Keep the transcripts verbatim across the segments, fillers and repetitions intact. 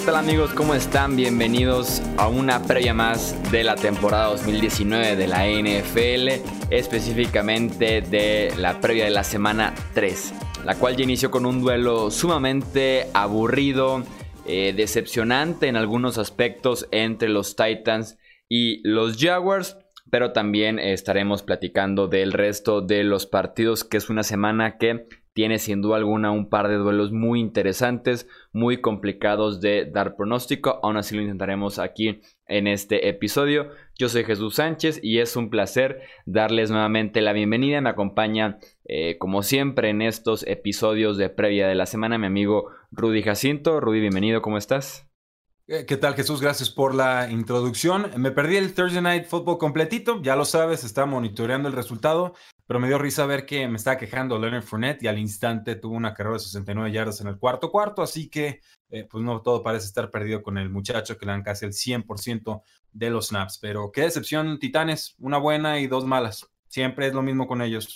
tal amigos? ¿Cómo están? Bienvenidos a una previa más de la temporada dos mil diecinueve de la N F L, específicamente de la previa de la semana tres, la cual ya inició con un duelo sumamente aburrido, eh, decepcionante en algunos aspectos entre los Titans y los Jaguars, pero también eh, estaremos platicando del resto de los partidos, que es una semana que tiene sin duda alguna un par de duelos muy interesantes, muy complicados de dar pronóstico. Aún así lo intentaremos aquí en este episodio. Yo soy Jesús Sánchez y es un placer darles nuevamente la bienvenida. Me acompaña eh, como siempre en estos episodios de previa de la semana mi amigo Rudy Jacinto. Rudy, bienvenido, ¿cómo estás? ¿Qué tal, Jesús? Gracias por la introducción. Me perdí el Thursday Night Football completito, ya lo sabes, estaba monitoreando el resultado, pero me dio risa ver que me estaba quejando Leonard Fournette y al instante tuvo una carrera de sesenta y nueve yardas en el cuarto cuarto, así que eh, pues no todo parece estar perdido con el muchacho, que le dan casi el cien por ciento de los snaps. Pero qué decepción, Titanes, una buena y dos malas. Siempre es lo mismo con ellos.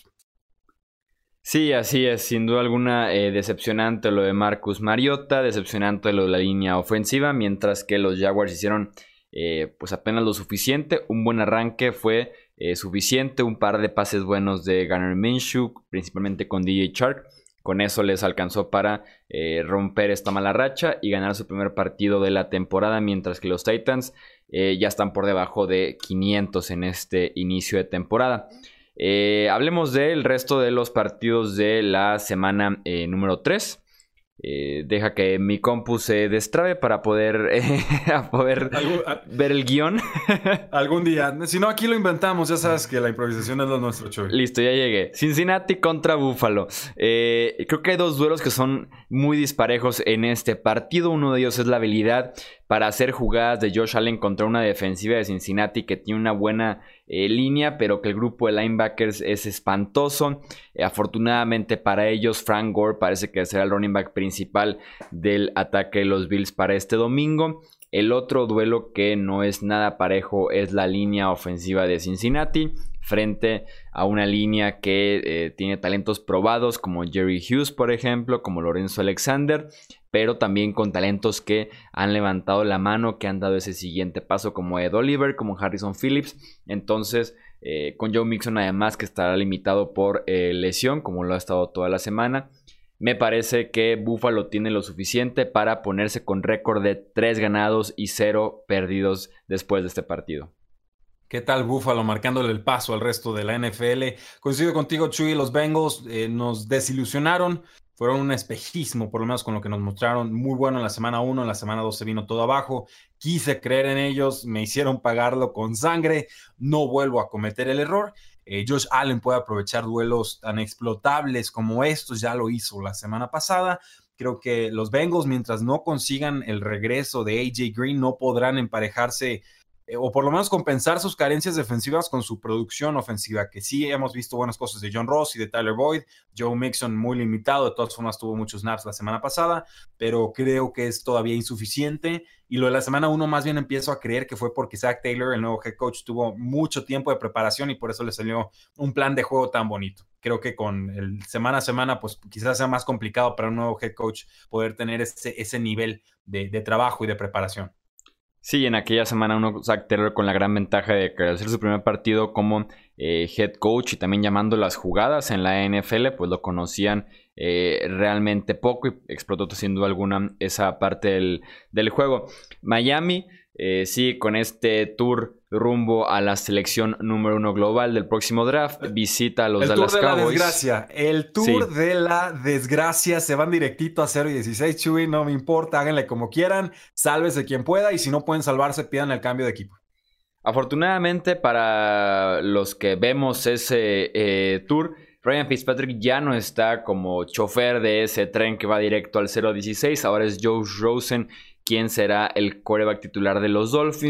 Sí, así es, sin duda alguna eh, decepcionante lo de Marcus Mariota, decepcionante lo de la línea ofensiva, mientras que los Jaguars hicieron eh, pues apenas lo suficiente. Un buen arranque fue eh, suficiente, un par de pases buenos de Gardner Minshew, principalmente con D J Chark. Con eso les alcanzó para eh, romper esta mala racha y ganar su primer partido de la temporada, mientras que los Titans eh, ya están por debajo de quinientos en este inicio de temporada. Eh, hablemos del resto de los partidos de la semana eh, número tres. Eh, deja que mi compu se destrabe para poder, eh, a poder ¿Algún, a, ver el guión. Algún día. Si no, aquí lo inventamos. Ya sabes que la improvisación es lo nuestro, Chuy. Listo, ya llegué. Cincinnati contra Buffalo. Eh, creo que hay dos duelos que son muy disparejos en este partido. Uno de ellos es la habilidad para hacer jugadas de Josh Allen contra una defensiva de Cincinnati que tiene una buena eh, línea, pero que el grupo de linebackers es espantoso. Eh, afortunadamente para ellos, Frank Gore parece que será el running back principal del ataque de los Bills para este domingo. El otro duelo que no es nada parejo es la línea ofensiva de Cincinnati frente a una línea que eh, tiene talentos probados como Jerry Hughes, por ejemplo, como Lorenzo Alexander, pero también con talentos que han levantado la mano, que han dado ese siguiente paso, como Ed Oliver, como Harrison Phillips. Entonces, eh, con Joe Mixon además, que estará limitado por eh, lesión, como lo ha estado toda la semana, me parece que Buffalo tiene lo suficiente para ponerse con récord de tres ganados y cero perdidos después de este partido. ¿Qué tal Buffalo marcándole el paso al resto de la N F L? Coincido contigo, Chuy, los Bengals eh, nos desilusionaron. Fueron un espejismo, por lo menos con lo que nos mostraron. Muy bueno en la semana uno, en la semana dos se vino todo abajo. Quise creer en ellos, me hicieron pagarlo con sangre. No vuelvo a cometer el error. Eh, Josh Allen puede aprovechar duelos tan explotables como estos, ya lo hizo la semana pasada. Creo que los Bengals, mientras no consigan el regreso de A J Green, no podrán emparejarse eh, o por lo menos compensar sus carencias defensivas con su producción ofensiva, que sí hemos visto buenas cosas de John Ross y de Tyler Boyd. Joe Mixon muy limitado, de todas formas tuvo muchos snaps la semana pasada, pero creo que es todavía insuficiente. Y lo de la semana uno más bien empiezo a creer que fue porque Zach Taylor, el nuevo head coach, tuvo mucho tiempo de preparación y por eso le salió un plan de juego tan bonito. Creo que con el semana a semana, pues quizás sea más complicado para un nuevo head coach poder tener ese, ese nivel de, de trabajo y de preparación. Sí, en aquella semana uno, Zach Taylor, con la gran ventaja de hacer su primer partido como eh, head coach y también llamando las jugadas en la N F L, pues lo conocían eh, realmente poco y explotó sin duda alguna esa parte del, del juego. Miami, eh, sí, con este tour rumbo a la selección número uno global del próximo draft, visita a los el Dallas tour de Cowboys. La desgracia. El tour sí. de la desgracia. Se van directito a cero y dieciséis, Chuy. No me importa, háganle como quieran. Sálvese quien pueda y si no pueden salvarse, pidan el cambio de equipo. Afortunadamente para los que vemos ese eh, tour, Ryan Fitzpatrick ya no está como chofer de ese tren que va directo al cero dieciséis. Ahora es Josh Rosen quien será el quarterback titular de los Dolphins.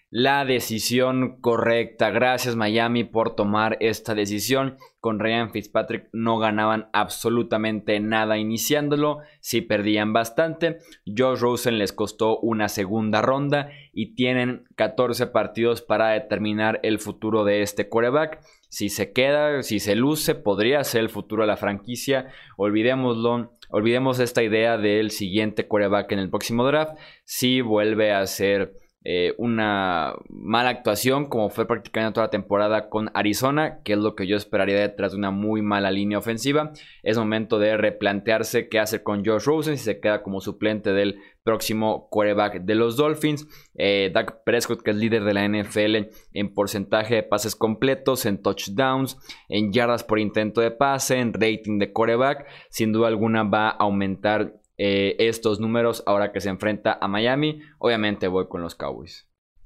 la decisión correcta. Gracias Miami por tomar esta decisión. Con Ryan Fitzpatrick no ganaban absolutamente nada iniciándolo, sí perdían bastante. Josh Rosen les costó una segunda ronda y tienen catorce partidos para determinar el futuro de este quarterback. Si se queda, si se luce, podría ser el futuro de la franquicia. Olvidémoslo, olvidemos esta idea del siguiente quarterback en el próximo draft. Si vuelve a ser Eh, una mala actuación como fue prácticamente toda la temporada con Arizona, que es lo que yo esperaría detrás de una muy mala línea ofensiva. Es momento de replantearse qué hacer con Josh Rosen si se queda como suplente del próximo quarterback de los Dolphins. eh, Dak Prescott, que es líder de la N F L en porcentaje de pases completos, en touchdowns, en yardas por intento de pase, en rating de quarterback, sin duda alguna va a aumentar Eh, estos números ahora que se enfrenta a Miami. Obviamente voy con los Cowboys.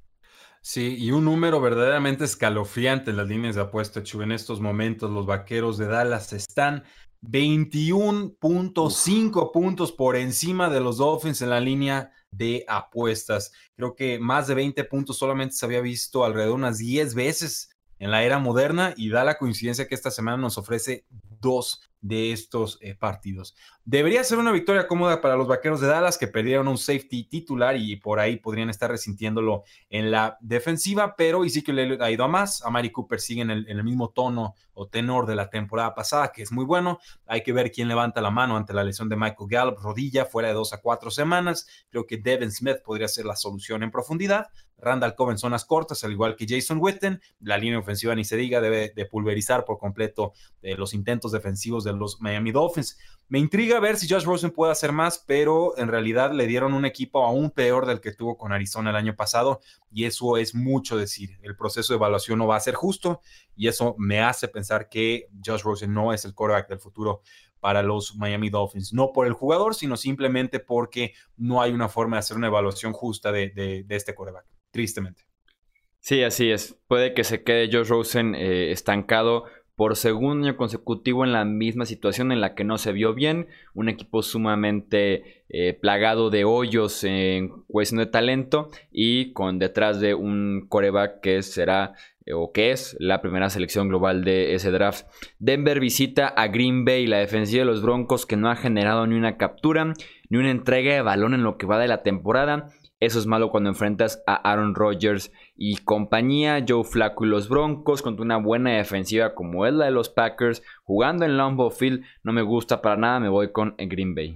Sí, y un número verdaderamente escalofriante en las líneas de apuesta, Chu. En estos momentos los Vaqueros de Dallas están veintiuno punto cinco puntos por encima de los Dolphins en la línea de apuestas. Creo que más de veinte puntos solamente se había visto alrededor de unas diez veces en la era moderna, y da la coincidencia que esta semana nos ofrece dos de estos eh, partidos. Debería ser una victoria cómoda para los Vaqueros de Dallas, que perdieron un safety titular y por ahí podrían estar resintiéndolo en la defensiva, pero Ezekiel Elliott ha ido a más. Amari Cooper sigue en el, en el mismo tono o tenor de la temporada pasada, que es muy bueno. Hay que ver quién levanta la mano ante la lesión de Michael Gallup, rodilla, fuera de dos a cuatro semanas. Creo que Devin Smith podría ser la solución en profundidad. Randall Cobb en zonas cortas, al igual que Jason Witten. La línea ofensiva, ni se diga, debe de pulverizar por completo eh, los intentos defensivos de los Miami Dolphins. Me intriga ver si Josh Rosen puede hacer más, pero en realidad le dieron un equipo aún peor del que tuvo con Arizona el año pasado, y eso es mucho decir. El proceso de evaluación no va a ser justo, y eso me hace pensar que Josh Rosen no es el quarterback del futuro para los Miami Dolphins. No por el jugador, sino simplemente porque no hay una forma de hacer una evaluación justa de, de, de este quarterback, tristemente. Sí, así es. Puede que se quede Josh Rosen eh, estancado por segundo año consecutivo en la misma situación en la que no se vio bien. Un equipo sumamente eh, plagado de hoyos en cuestión de talento y con detrás de un quarterback que será eh, o que es la primera selección global de ese draft. Denver visita a Green Bay, la defensiva de los Broncos, que no ha generado ni una captura ni una entrega de balón en lo que va de la temporada. Eso es malo cuando enfrentas a Aaron Rodgers y compañía. Joe Flacco y los Broncos contra una buena defensiva como es la de los Packers, jugando en Lambeau Field, no me gusta para nada. Me voy con Green Bay.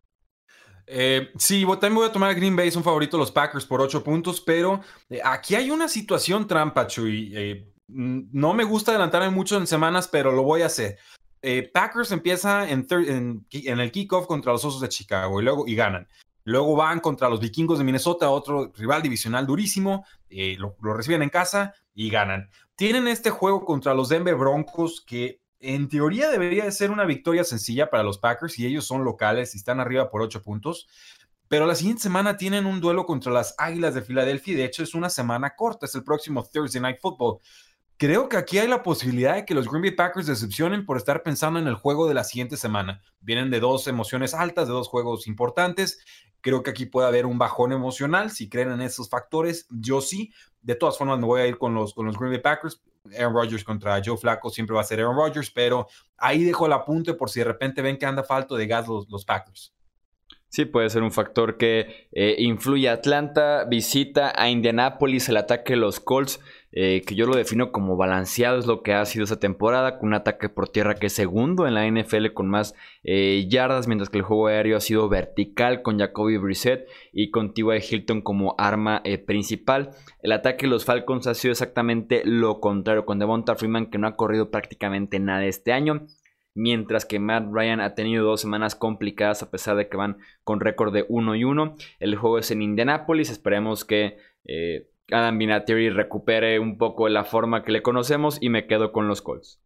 Eh, sí, también voy a tomar a Green Bay, son favoritos los Packers por ocho puntos, pero eh, aquí hay una situación trampa, Chuy. Eh, no me gusta adelantarme mucho en semanas, pero lo voy a hacer. Eh, Packers empieza en, en, en el kickoff contra los Osos de Chicago y luego y ganan. Luego van contra los Vikingos de Minnesota, otro rival divisional durísimo, eh, lo, lo reciben en casa y ganan. Tienen este juego contra los Denver Broncos que en teoría debería de ser una victoria sencilla para los Packers, y ellos son locales y están arriba por ocho puntos. Pero la siguiente semana tienen un duelo contra las Águilas de Filadelfia, y de hecho es una semana corta, es el próximo Thursday Night Football. Creo que aquí hay la posibilidad de que los Green Bay Packers decepcionen por estar pensando en el juego de la siguiente semana. Vienen de dos emociones altas, de dos juegos importantes. Creo que aquí puede haber un bajón emocional si creen en esos factores. Yo sí. De todas formas, me voy a ir con los, con los Green Bay Packers. Aaron Rodgers contra Joe Flacco siempre va a ser Aaron Rodgers, pero ahí dejo el apunte por si de repente ven que anda falto de gas los, los Packers. Sí, puede ser un factor que eh, influye. Atlanta visita a Indianapolis, el ataque de los Colts, eh, que yo lo defino como balanceado, es lo que ha sido esa temporada, con un ataque por tierra que es segundo en la N F L con más eh, yardas, mientras que el juego aéreo ha sido vertical con Jacoby Brissett y con T Y Hilton como arma eh, principal. El ataque de los Falcons ha sido exactamente lo contrario, con Devonta Freeman, que no ha corrido prácticamente nada este año, mientras que Matt Ryan ha tenido dos semanas complicadas a pesar de que van con récord de uno y uno. El juego es en Indianapolis, esperemos que eh, Adam Vinatieri recupere un poco la forma que le conocemos, y me quedo con los Colts.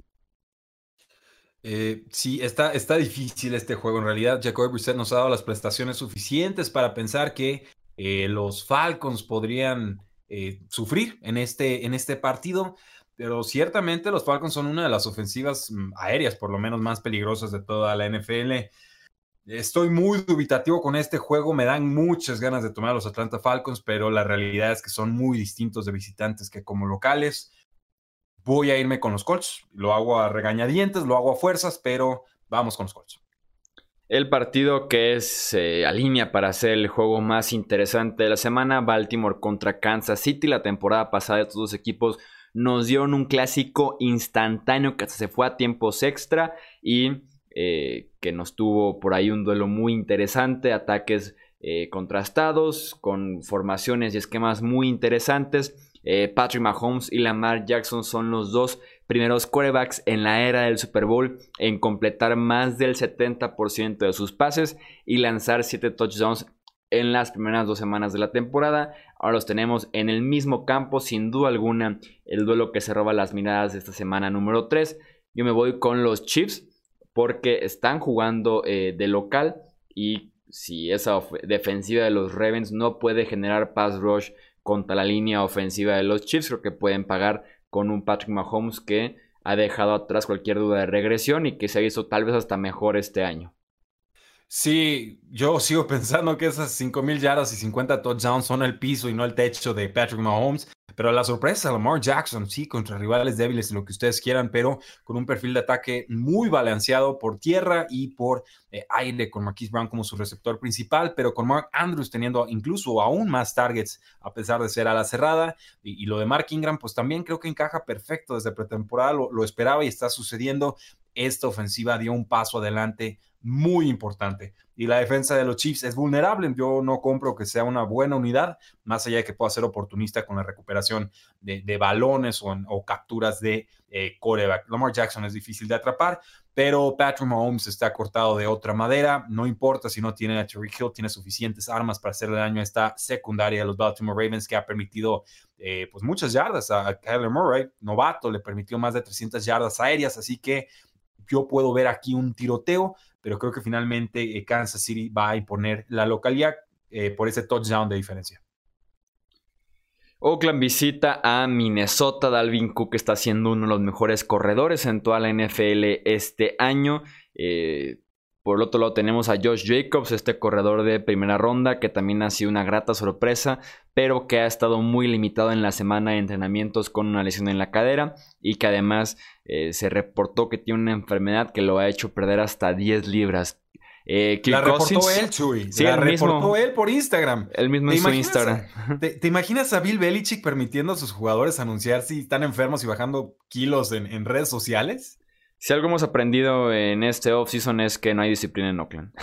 Eh, sí, está, está difícil este juego. En realidad, Jacoby Brissett nos ha dado las prestaciones suficientes para pensar que eh, los Falcons podrían eh, sufrir en este, en este partido. Pero ciertamente los Falcons son una de las ofensivas aéreas, por lo menos más peligrosas de toda la N F L. Estoy muy dubitativo con este juego, me dan muchas ganas de tomar a los Atlanta Falcons, pero la realidad es que son muy distintos de visitantes que como locales. Voy a irme con los Colts, lo hago a regañadientes, lo hago a fuerzas, pero vamos con los Colts. El partido que es eh, alinea para ser el juego más interesante de la semana, Baltimore contra Kansas City. La temporada pasada estos dos equipos nos dieron un clásico instantáneo que hasta se fue a tiempos extra y eh, que nos tuvo por ahí un duelo muy interesante, ataques eh, contrastados, con formaciones y esquemas muy interesantes. Eh, Patrick Mahomes y Lamar Jackson son los dos primeros quarterbacks en la era del Super Bowl en completar más del setenta por ciento de sus pases y lanzar siete touchdowns en las primeras dos semanas de la temporada. Ahora los tenemos en el mismo campo, sin duda alguna, el duelo que se roba las miradas de esta semana número tres. Yo me voy con los Chiefs porque están jugando eh, de local y si esa defensiva de los Ravens no puede generar pass rush contra la línea ofensiva de los Chiefs, creo que pueden pagar con un Patrick Mahomes que ha dejado atrás cualquier duda de regresión y que se ha visto tal vez hasta mejor este año. Sí, yo sigo pensando que esas cinco mil yardas y cincuenta touchdowns son el piso y no el techo de Patrick Mahomes. Pero la sorpresa, Lamar Jackson, sí, contra rivales débiles y lo que ustedes quieran, pero con un perfil de ataque muy balanceado por tierra y por eh, aire, con Marquise Brown como su receptor principal, pero con Mark Andrews teniendo incluso aún más targets a pesar de ser a la cerrada. Y, y lo de Mark Ingram, pues también creo que encaja perfecto desde pretemporada, lo, lo esperaba y está sucediendo. Esta ofensiva dio un paso adelante muy importante. Y la defensa de los Chiefs es vulnerable. Yo no compro que sea una buena unidad, más allá de que pueda ser oportunista con la recuperación de, de balones o, o capturas de eh, quarterback. Lamar Jackson es difícil de atrapar, pero Patrick Mahomes está cortado de otra madera. No importa si no tiene a Tyreek Hill, tiene suficientes armas para hacerle daño a esta secundaria de los Baltimore Ravens que ha permitido eh, pues muchas yardas a Kyler Murray, novato, le permitió más de trescientas yardas aéreas, así que yo puedo ver aquí un tiroteo, pero creo que finalmente eh, Kansas City va a imponer la localidad eh, por ese touchdown de diferencia. Oakland visita a Minnesota. Dalvin Cook está siendo uno de los mejores corredores en toda la N F L este año. Eh, por el otro lado tenemos a Josh Jacobs, este corredor de primera ronda que también ha sido una grata sorpresa, pero que ha estado muy limitado en la semana de entrenamientos con una lesión en la cadera y que además eh, se reportó que tiene una enfermedad que lo ha hecho perder hasta diez libras. Eh, la reportó Cousins, él, Chuy. Sí, la reportó mismo, él por Instagram. Él mismo en su Instagram. A, ¿te, ¿Te imaginas a Bill Belichick permitiendo a sus jugadores anunciar si están enfermos y bajando kilos en, en redes sociales? Si algo hemos aprendido en este offseason es que no hay disciplina en Oakland.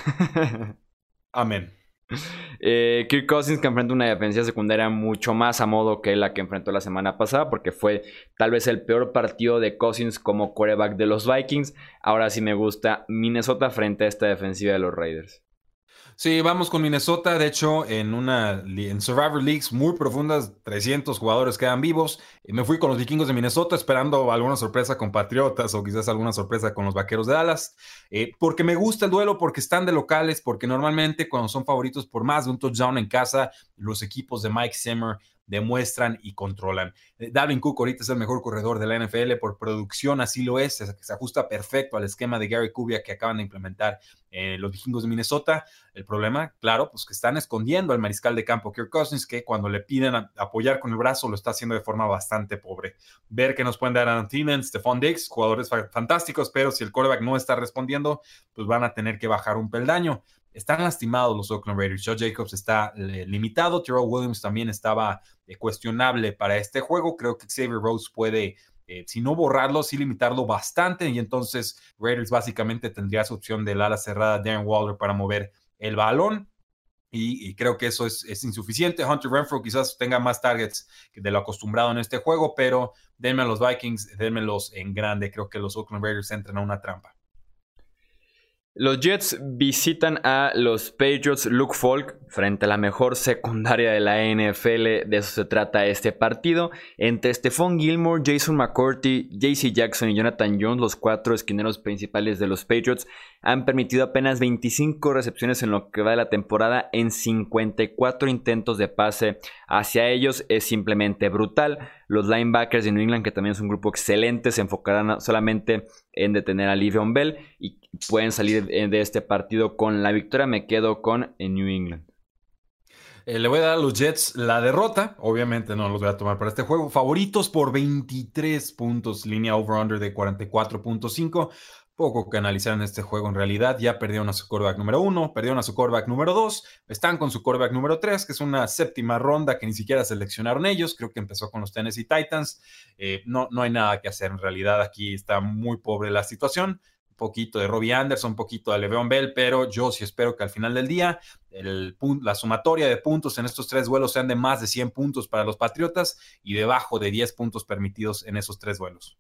Amén. Eh, Kirk Cousins, que enfrenta una defensiva secundaria mucho más a modo que la que enfrentó la semana pasada, porque fue tal vez el peor partido de Cousins como quarterback de los Vikings. Ahora sí me gusta Minnesota frente a esta defensiva de los Raiders. Sí, vamos con Minnesota. De hecho, en una en Survivor Leagues muy profundas, trescientos jugadores quedan vivos. Me fui con los Vikingos de Minnesota esperando alguna sorpresa con Patriotas o quizás alguna sorpresa con los Vaqueros de Dallas. Eh, porque me gusta el duelo, porque están de locales, porque normalmente cuando son favoritos por más de un touchdown en casa, los equipos de Mike Zimmer demuestran y controlan. Dalvin Cook ahorita es el mejor corredor de la N F L por producción, así lo es, se, se ajusta perfecto al esquema de Gary Kubiak que acaban de implementar eh, los Vikingos de Minnesota. El problema, claro, pues que están escondiendo al mariscal de campo Kirk Cousins, que cuando le piden a, apoyar con el brazo lo está haciendo de forma bastante pobre. Ver que nos pueden dar a Thielen, Stephon Diggs, jugadores fa- fantásticos, pero si el quarterback no está respondiendo, pues van a tener que bajar un peldaño. Están lastimados los Oakland Raiders. Josh Jacobs está eh, limitado. Terrell Williams también estaba eh, cuestionable para este juego. Creo que Xavier Rhodes puede, eh, si no borrarlo, sí limitarlo bastante. Y entonces Raiders básicamente tendría su opción del ala cerrada Darren Waller para mover el balón. Y, y creo que eso es, es insuficiente. Hunter Renfrow quizás tenga más targets que de lo acostumbrado en este juego, pero denme a los Vikings, denmelos en grande. Creo que los Oakland Raiders entran a una trampa. Los Jets visitan a los Patriots. Luke Falk frente a la mejor secundaria de la N F L. De eso se trata este partido. Entre Stephon Gilmore, Jason McCourty, J C Jackson y Jonathan Jones, los cuatro esquineros principales de los Patriots, han permitido apenas veinticinco recepciones en lo que va de la temporada en cincuenta y cuatro intentos de pase hacia ellos. Es simplemente brutal. Los linebackers de New England, que también es un grupo excelente, se enfocarán solamente en detener a Le'Veon Bell y pueden salir de este partido con la victoria. Me quedo con New England. Eh, le voy a dar a los Jets la derrota. Obviamente no los voy a tomar para este juego. Favoritos por veintitrés puntos. Línea over-under de cuarenta y cuatro punto cinco. Poco que analizar en este juego en realidad. Ya perdieron a su quarterback número uno. Perdieron a su quarterback número dos. Están con su quarterback número tres, que es una séptima ronda que ni siquiera seleccionaron ellos. Creo que empezó con los Tennessee Titans. Eh, no, no hay nada que hacer en realidad. Aquí está muy pobre la situación. Poquito de Robbie Anderson, un poquito de Le'Veon Bell, pero yo sí espero que al final del día el, la sumatoria de puntos en estos tres duelos sean de más de cien puntos para los Patriotas y debajo de diez puntos permitidos en esos tres duelos.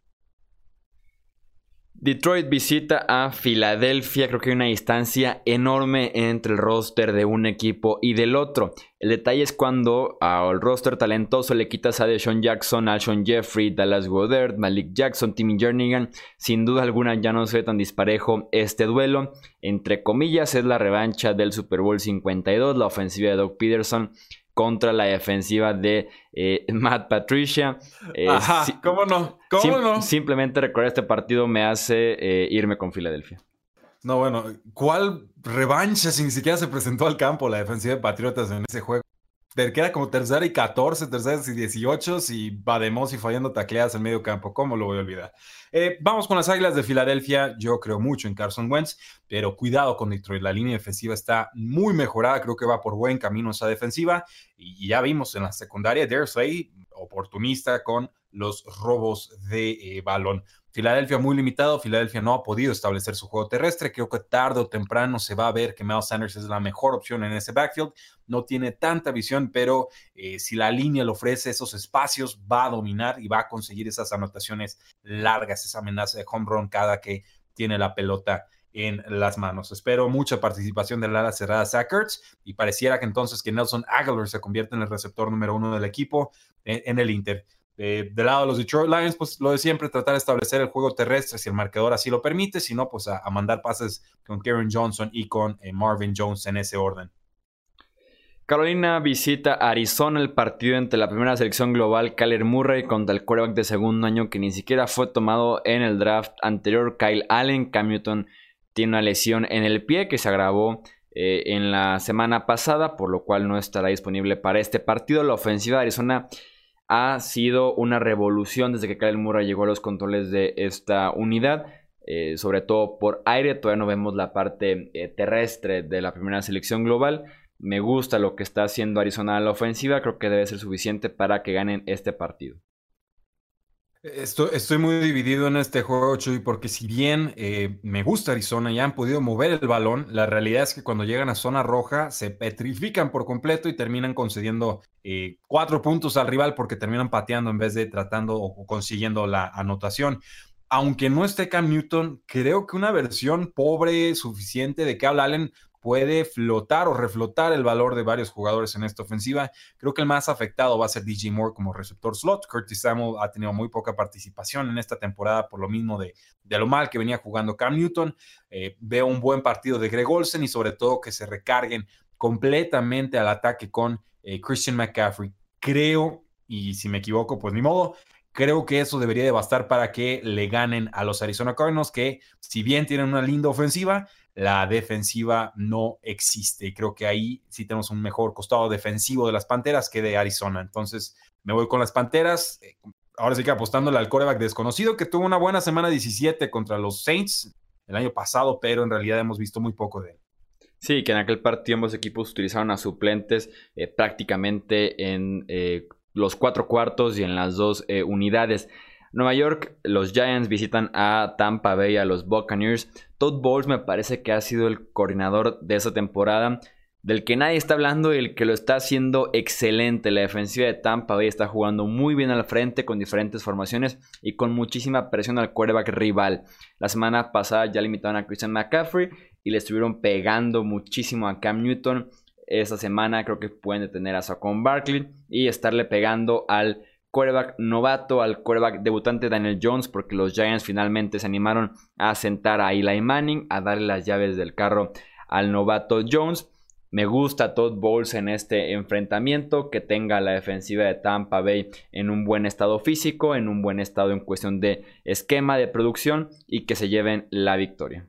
Detroit visita a Filadelfia. Creo que hay una distancia enorme entre el roster de un equipo y del otro. El detalle es cuando al roster talentoso le quitas a DeSean Jackson, Alshon Jeffrey, Dallas Goedert, Malik Jackson, Timmy Jernigan. Sin duda alguna ya no se ve tan disparejo este duelo. Entre comillas es la revancha del Super Bowl cincuenta y dos, la ofensiva de Doug Peterson contra la defensiva de eh, Matt Patricia. Eh, Ajá, si, ¿cómo no? ¿Cómo sim no? Simplemente recordar este partido me hace eh, irme con Filadelfia. No, bueno, ¿cuál revancha si ni siquiera se presentó al campo la defensiva de Patriotas en ese juego? Que era como tercera y catorce, tercera y dieciocho, y Bademos y fallando tacleadas en medio campo. ¿Cómo lo voy a olvidar? Eh, vamos con las Águilas de Filadelfia. Yo creo mucho en Carson Wentz, pero cuidado con Detroit. La línea defensiva está muy mejorada. Creo que va por buen camino esa defensiva. Y ya vimos en la secundaria, Dare Slay, oportunista con los robos de eh, balón. Filadelfia muy limitado. Filadelfia no ha podido establecer su juego terrestre. Creo que tarde o temprano se va a ver que Miles Sanders es la mejor opción en ese backfield. No tiene tanta visión, pero eh, si la línea le ofrece esos espacios, va a dominar y va a conseguir esas anotaciones largas, esa amenaza de home run cada que tiene la pelota en las manos. Espero mucha participación del ala cerrada Zach Ertz y pareciera que entonces que Nelson Aguilar se convierte en el receptor número uno del equipo en, en el Inter. Eh, del lado de los Detroit Lions, pues lo de siempre, tratar de establecer el juego terrestre si el marcador así lo permite, si no, pues a, a mandar pases con Karen Johnson y con eh, Marvin Jones en ese orden. Carolina visita a Arizona, el partido entre la primera selección global Kyler Murray contra el quarterback de segundo año que ni siquiera fue tomado en el draft anterior, Kyle Allen. Cam Newton tiene una lesión en el pie que se agravó eh, en la semana pasada, por lo cual no estará disponible para este partido. La ofensiva de Arizona ha sido una revolución desde que Kyler Murray llegó a los controles de esta unidad, eh, sobre todo por aire. Todavía no vemos la parte eh, terrestre de la primera selección global. Me gusta lo que está haciendo Arizona a la ofensiva. Creo que debe ser suficiente para que ganen este partido. Estoy, estoy muy dividido en este juego, Chuy, porque si bien eh, me gusta Arizona y han podido mover el balón, la realidad es que cuando llegan a zona roja se petrifican por completo y terminan concediendo eh, cuatro puntos al rival porque terminan pateando en vez de tratando o consiguiendo la anotación. Aunque no esté Cam Newton, creo que una versión pobre suficiente de Kyle Allen puede flotar o reflotar el valor de varios jugadores en esta ofensiva. Creo que el más afectado va a ser D J Moore como receptor slot. Curtis Samuel ha tenido muy poca participación en esta temporada por lo mismo de, de lo mal que venía jugando Cam Newton. Eh, veo un buen partido de Greg Olsen y sobre todo que se recarguen completamente al ataque con eh, Christian McCaffrey. Creo, y si me equivoco, pues ni modo, creo que eso debería de bastar para que le ganen a los Arizona Cardinals, que si bien tienen una linda ofensiva, la defensiva no existe. Y creo que ahí sí tenemos un mejor costado defensivo de las Panteras que de Arizona. Entonces me voy con las Panteras. Ahora sí que apostándole al quarterback desconocido, que tuvo una buena semana diecisiete contra los Saints el año pasado, pero en realidad hemos visto muy poco de él. Sí, que en aquel partido ambos equipos utilizaron a suplentes eh, prácticamente en eh, los cuatro cuartos y en las dos eh, unidades. Nueva York, los Giants visitan a Tampa Bay, a los Buccaneers. Todd Bowles me parece que ha sido el coordinador de esa temporada, del que nadie está hablando y el que lo está haciendo excelente. La defensiva de Tampa Bay está jugando muy bien al frente con diferentes formaciones y con muchísima presión al quarterback rival. La semana pasada ya limitaron a Christian McCaffrey y le estuvieron pegando muchísimo a Cam Newton. Esta semana creo que pueden detener a Saquon Barkley y estarle pegando al quarterback novato, al quarterback debutante Daniel Jones, porque los Giants finalmente se animaron a sentar a Eli Manning, a darle las llaves del carro al novato Jones. Me gusta Todd Bowles en este enfrentamiento, que tenga la defensiva de Tampa Bay en un buen estado físico, en un buen estado en cuestión de esquema de producción y que se lleven la victoria.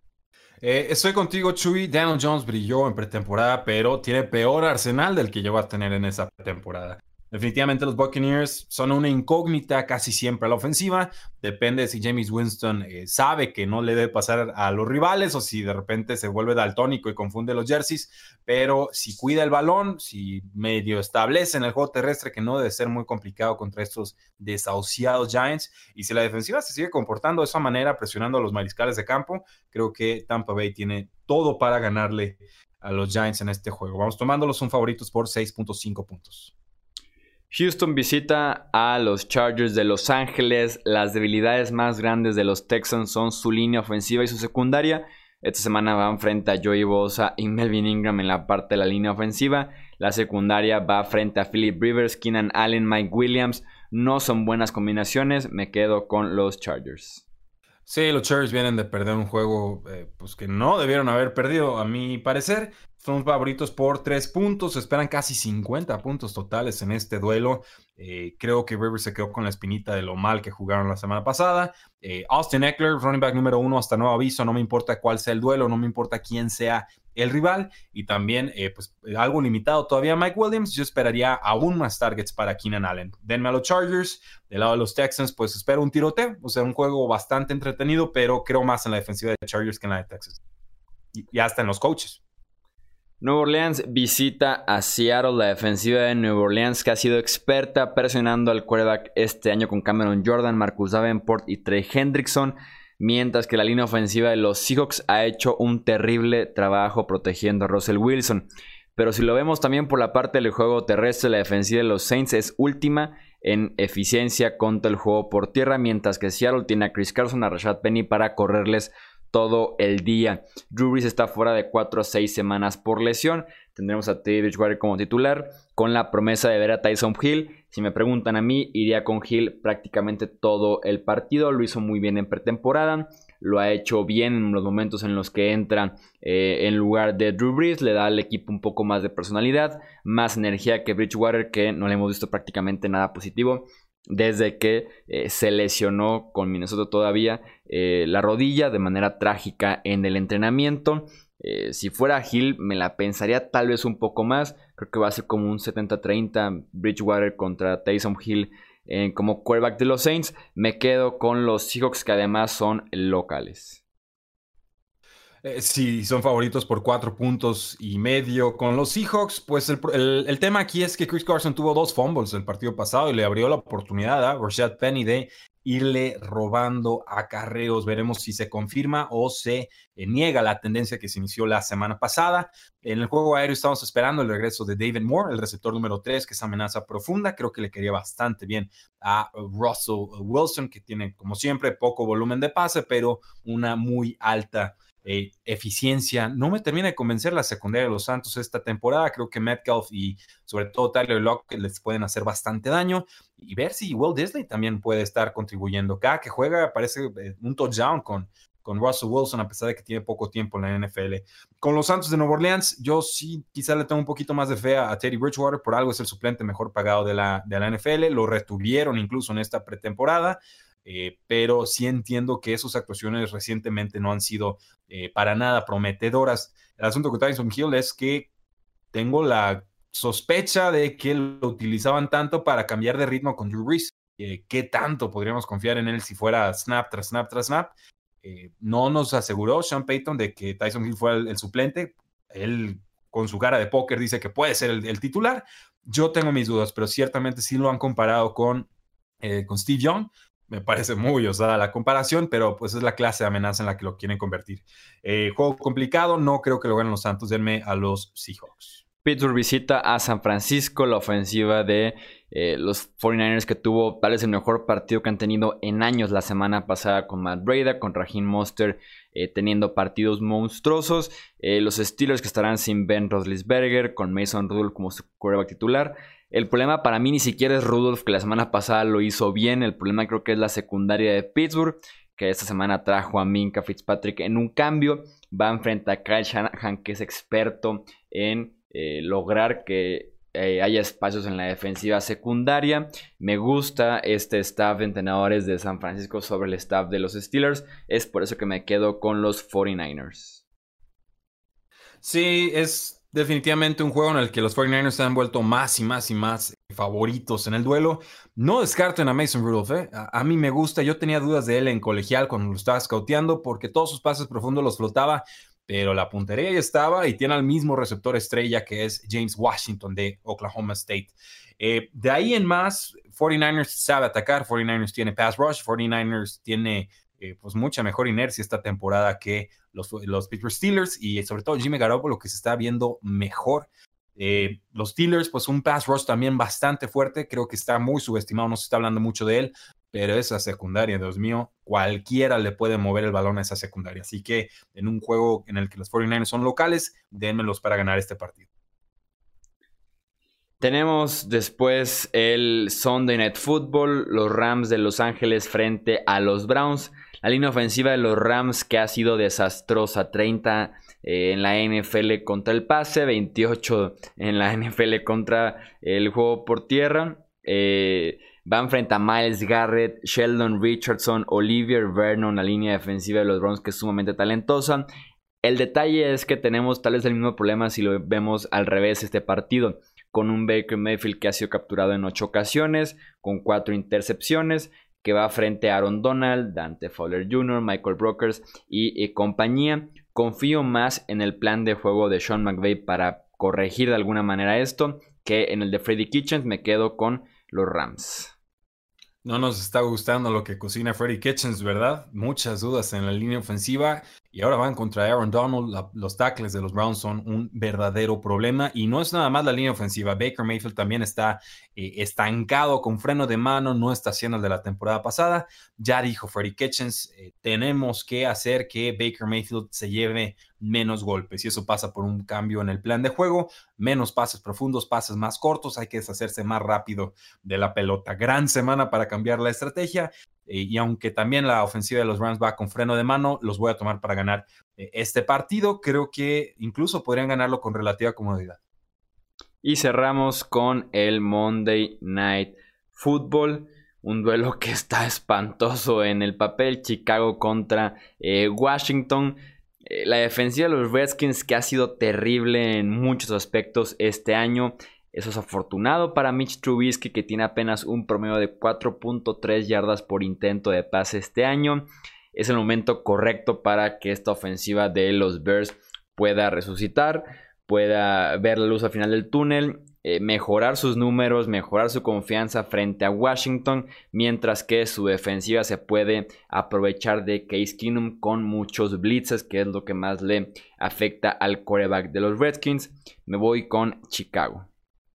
Eh, estoy contigo, Chuy. Daniel Jones brilló en pretemporada, pero tiene peor arsenal del que llegó a tener en esa pretemporada. Definitivamente los Buccaneers son una incógnita casi siempre a la ofensiva. Depende si Jameis Winston eh, sabe que no le debe pasar a los rivales o si de repente se vuelve daltónico y confunde los jerseys. Pero si cuida el balón, si medio establece en el juego terrestre, que no debe ser muy complicado contra estos desahuciados Giants, y si la defensiva se sigue comportando de esa manera, presionando a los mariscales de campo, creo que Tampa Bay tiene todo para ganarle a los Giants en este juego. Vamos tomándolos, son favoritos por seis punto cinco puntos. Houston visita a los Chargers de Los Ángeles. Las debilidades más grandes de los Texans son su línea ofensiva y su secundaria. Esta semana van frente a Joey Bosa y Melvin Ingram en la parte de la línea ofensiva. La secundaria va frente a Philip Rivers, Keenan Allen, Mike Williams. No son buenas combinaciones. Me quedo con los Chargers. Sí, los Chargers vienen de perder un juego eh, pues que no debieron haber perdido, a mi parecer. Son favoritos por tres puntos. Esperan casi cincuenta puntos totales en este duelo. Eh, creo que Rivers se quedó con la espinita de lo mal que jugaron la semana pasada. Eh, Austin Eckler, running back número uno hasta nuevo aviso. No me importa cuál sea el duelo, no me importa quién sea el rival. Y también, eh, pues, algo limitado todavía Mike Williams. Yo esperaría aún más targets para Keenan Allen. Denme a los Chargers. Del lado de los Texans, pues espero un tiroteo. O sea, un juego bastante entretenido, pero creo más en la defensiva de Chargers que en la de Texas. Y, y hasta en los coaches. Nueva Orleans visita a Seattle. La defensiva de Nueva Orleans, que ha sido experta presionando al quarterback este año con Cameron Jordan, Marcus Davenport y Trey Hendrickson, mientras que la línea ofensiva de los Seahawks ha hecho un terrible trabajo protegiendo a Russell Wilson. Pero si lo vemos también por la parte del juego terrestre, la defensiva de los Saints es última en eficiencia contra el juego por tierra, mientras que Seattle tiene a Chris Carson, a Rashad Penny para correrles todo el día. Drew Brees está fuera de cuatro a seis semanas por lesión. Tendremos a Teddy Bridgewater como titular, con la promesa de ver a Tyson Hill. Si me preguntan a mí, iría con Hill prácticamente todo el partido. Lo hizo muy bien en pretemporada. Lo ha hecho bien en los momentos en los que entra eh, en lugar de Drew Brees. Le da al equipo un poco más de personalidad, más energía que Bridgewater, que no le hemos visto prácticamente nada positivo desde que eh, se lesionó con Minnesota todavía eh, la rodilla de manera trágica en el entrenamiento. Eh, si fuera Hill me la pensaría tal vez un poco más. Creo que va a ser como un setenta treinta Bridgewater contra Taysom Hill eh, como quarterback de los Saints. Me quedo con los Seahawks, que además son locales. Eh, sí, son favoritos por cuatro puntos y medio con los Seahawks. Pues el, el, el tema aquí es que Chris Carson tuvo dos fumbles el partido pasado y le abrió la oportunidad a Rashad Penny de irle robando acarreos. Veremos si se confirma o se eh, niega la tendencia que se inició la semana pasada. En el juego aéreo estamos esperando el regreso de David Moore, el receptor número tres, que es amenaza profunda. Creo que le quería bastante bien a Russell Wilson, que tiene, como siempre, poco volumen de pase, pero una muy alta Eh, eficiencia. No me termina de convencer la secundaria de los Santos esta temporada. Creo que Metcalf y sobre todo Tyler Lockett les pueden hacer bastante daño, y ver si Will Disley también puede estar contribuyendo. Cada que juega parece eh, un touchdown con, con Russell Wilson, a pesar de que tiene poco tiempo en la N F L. Con los Santos de Nueva Orleans, yo sí quizá le tengo un poquito más de fe a, a Teddy Bridgewater. Por algo es el suplente mejor pagado de la, de la N F L. Lo retuvieron incluso en esta pretemporada. Eh, pero sí entiendo que sus actuaciones recientemente no han sido eh, para nada prometedoras. El asunto con Tyson Hill es que tengo la sospecha de que lo utilizaban tanto para cambiar de ritmo con Drew Brees. Eh, ¿Qué tanto podríamos confiar en él si fuera snap tras snap tras snap? Eh, no nos aseguró Sean Payton de que Tyson Hill fuera el, el suplente. Él, con su cara de póker, dice que puede ser el, el titular. Yo tengo mis dudas, pero ciertamente sí lo han comparado con, eh, con Steve Young. Me parece muy osada la comparación, pero pues es la clase de amenaza en la que lo quieren convertir. Eh, juego complicado, no creo que lo ganen los Santos. Denme a los Seahawks. Pittsburgh visita a San Francisco. La ofensiva de eh, los cuarenta y nueve ers, que tuvo tal vez el mejor partido que han tenido en años la semana pasada con Matt Breida, con Raheem Mostert eh, teniendo partidos monstruosos. Eh, los Steelers, que estarán sin Ben Roethlisberger, con Mason Rudolph como su quarterback titular. El problema para mí ni siquiera es Rudolph, que la semana pasada lo hizo bien. El problema creo que es la secundaria de Pittsburgh, que esta semana trajo a Minkah Fitzpatrick en un cambio. Va enfrente a Kyle Shanahan, que es experto en eh, lograr que eh, haya espacios en la defensiva secundaria. Me gusta este staff de entrenadores de San Francisco sobre el staff de los Steelers. Es por eso que me quedo con los cuarenta y nueve ers. Sí, es definitivamente un juego en el que los cuarenta y nueve ers se han vuelto más y más y más favoritos en el duelo. No descarten a Mason Rudolph, ¿eh? a, a mí me gusta. Yo tenía dudas de él en colegial cuando lo estaba scouteando porque todos sus pases profundos los flotaba, pero la puntería ya estaba y tiene al mismo receptor estrella que es James Washington de Oklahoma State. Eh, de ahí en más, cuarenta y nueve ers sabe atacar, cuarenta y nueve ers tiene pass rush, cuarenta y nueve ers tiene eh, pues mucha mejor inercia esta temporada que los, los Pittsburgh Steelers y sobre todo Jimmy Garoppolo, que se está viendo mejor. Eh, los Steelers, pues un pass rush también bastante fuerte, creo que está muy subestimado, no se está hablando mucho de él, pero esa secundaria, Dios mío, cualquiera le puede mover el balón a esa secundaria, así que en un juego en el que los cuarenta y nueve ers son locales, dénmelos para ganar este partido. Tenemos después el Sunday Night Football, los Rams de Los Ángeles frente a los Browns. La línea ofensiva de los Rams, que ha sido desastrosa, treinta eh, en la N F L contra el pase, veintiocho en la N F L contra el juego por tierra. Eh, van frente a Myles Garrett, Sheldon Richardson, Olivier Vernon, la línea defensiva de los Browns, que es sumamente talentosa. El detalle es que tenemos tal vez el mismo problema si lo vemos al revés este partido, con un Baker Mayfield que ha sido capturado en ocho ocasiones, con cuatro intercepciones, que va frente a Aaron Donald, Dante Fowler junior, Michael Brockers y, y compañía. Confío más en el plan de juego de Sean McVay para corregir de alguna manera esto, que en el de Freddie Kitchens. Me quedo con los Rams. No nos está gustando lo que cocina Freddie Kitchens, ¿verdad? Muchas dudas en la línea ofensiva y ahora van contra Aaron Donald. La, los tackles de los Browns son un verdadero problema y no es nada más la línea ofensiva. Baker Mayfield también está eh, estancado con freno de mano, no está haciendo el de la temporada pasada. Ya dijo Freddie Kitchens, eh, tenemos que hacer que Baker Mayfield se lleve menos golpes y eso pasa por un cambio en el plan de juego, menos pases profundos, pases más cortos, hay que deshacerse más rápido de la pelota. Gran semana para cambiar la estrategia eh, y aunque también la ofensiva de los Rams va con freno de mano, los voy a tomar para ganar eh, este partido. Creo que incluso podrían ganarlo con relativa comodidad. Y cerramos con el Monday Night Football, un duelo que está espantoso en el papel. Chicago contra eh, Washington. La defensiva de los Redskins, que ha sido terrible en muchos aspectos este año. Eso es afortunado para Mitch Trubisky, que tiene apenas un promedio de cuatro punto tres yardas por intento de pase este año. Es el momento correcto para que esta ofensiva de los Bears pueda resucitar, pueda ver la luz al final del túnel, eh, mejorar sus números, mejorar su confianza frente a Washington, mientras que su defensiva se puede aprovechar de Case Keenum con muchos blitzes, que es lo que más le afecta al quarterback de los Redskins. Me voy con Chicago.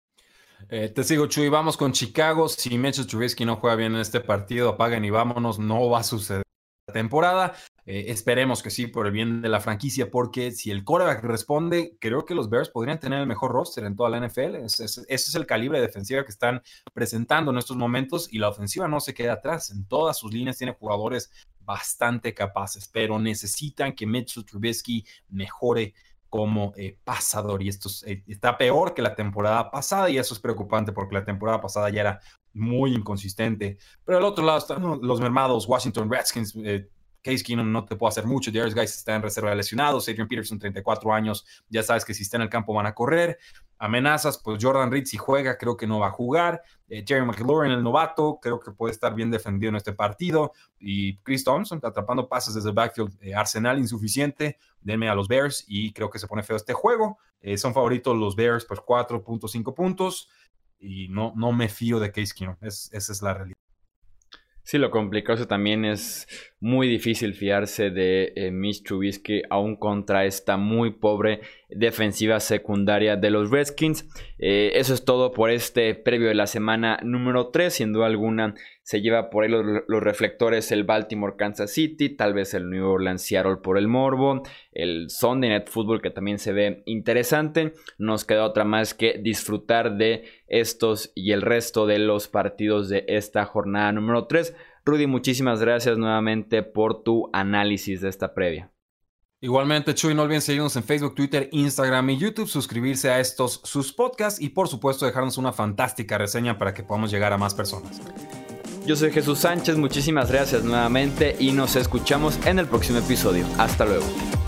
Eh, te sigo, Chuy. Vamos con Chicago. Si Mitchell Trubisky no juega bien en este partido, apaguen y vámonos. No va a suceder la temporada. Eh, esperemos que sí, por el bien de la franquicia, porque si el quarterback responde, creo que los Bears podrían tener el mejor roster en toda la N F L. Ese es, ese es el calibre de defensiva que están presentando en estos momentos y la ofensiva no se queda atrás. En todas sus líneas tiene jugadores bastante capaces, pero necesitan que Mitchell Trubisky mejore como eh, pasador y esto eh, está peor que la temporada pasada y eso es preocupante porque la temporada pasada ya era muy inconsistente. Pero al otro lado están los mermados Washington Redskins. eh, Case Keenum no te puede hacer mucho. Darius Guys está en reserva de lesionados. Adrian Peterson, treinta y cuatro años. Ya sabes que si está en el campo van a correr. Amenazas, pues Jordan Reed si juega, creo que no va a jugar. Eh, Jerry McLaurin, el novato, creo que puede estar bien defendido en este partido. Y Chris Thompson atrapando pases desde el backfield. Eh, Arsenal insuficiente. Denme a los Bears y creo que se pone feo este juego. Eh, son favoritos los Bears, pues cuatro punto cinco puntos. Y no, no me fío de Case Keenum. Es, esa es la realidad. Sí, lo complicado también es muy difícil fiarse de eh, Mitch Trubisky aún contra esta muy pobre defensiva secundaria de los Redskins. Eh, eso es todo por este previo de la semana número tres. Sin duda alguna se lleva por ahí los, los reflectores el Baltimore Kansas City, tal vez el New Orleans Seattle por el morbo, el Sunday Night Football que también se ve interesante. Nos queda otra más que disfrutar de estos y el resto de los partidos de esta jornada número tres. Rudy, muchísimas gracias nuevamente por tu análisis de esta previa. Igualmente, Chuy, no olviden seguirnos en Facebook, Twitter, Instagram y YouTube, suscribirse a estos sus podcasts y por supuesto dejarnos una fantástica reseña para que podamos llegar a más personas. Yo soy Jesús Sánchez, muchísimas gracias nuevamente y nos escuchamos en el próximo episodio. Hasta luego.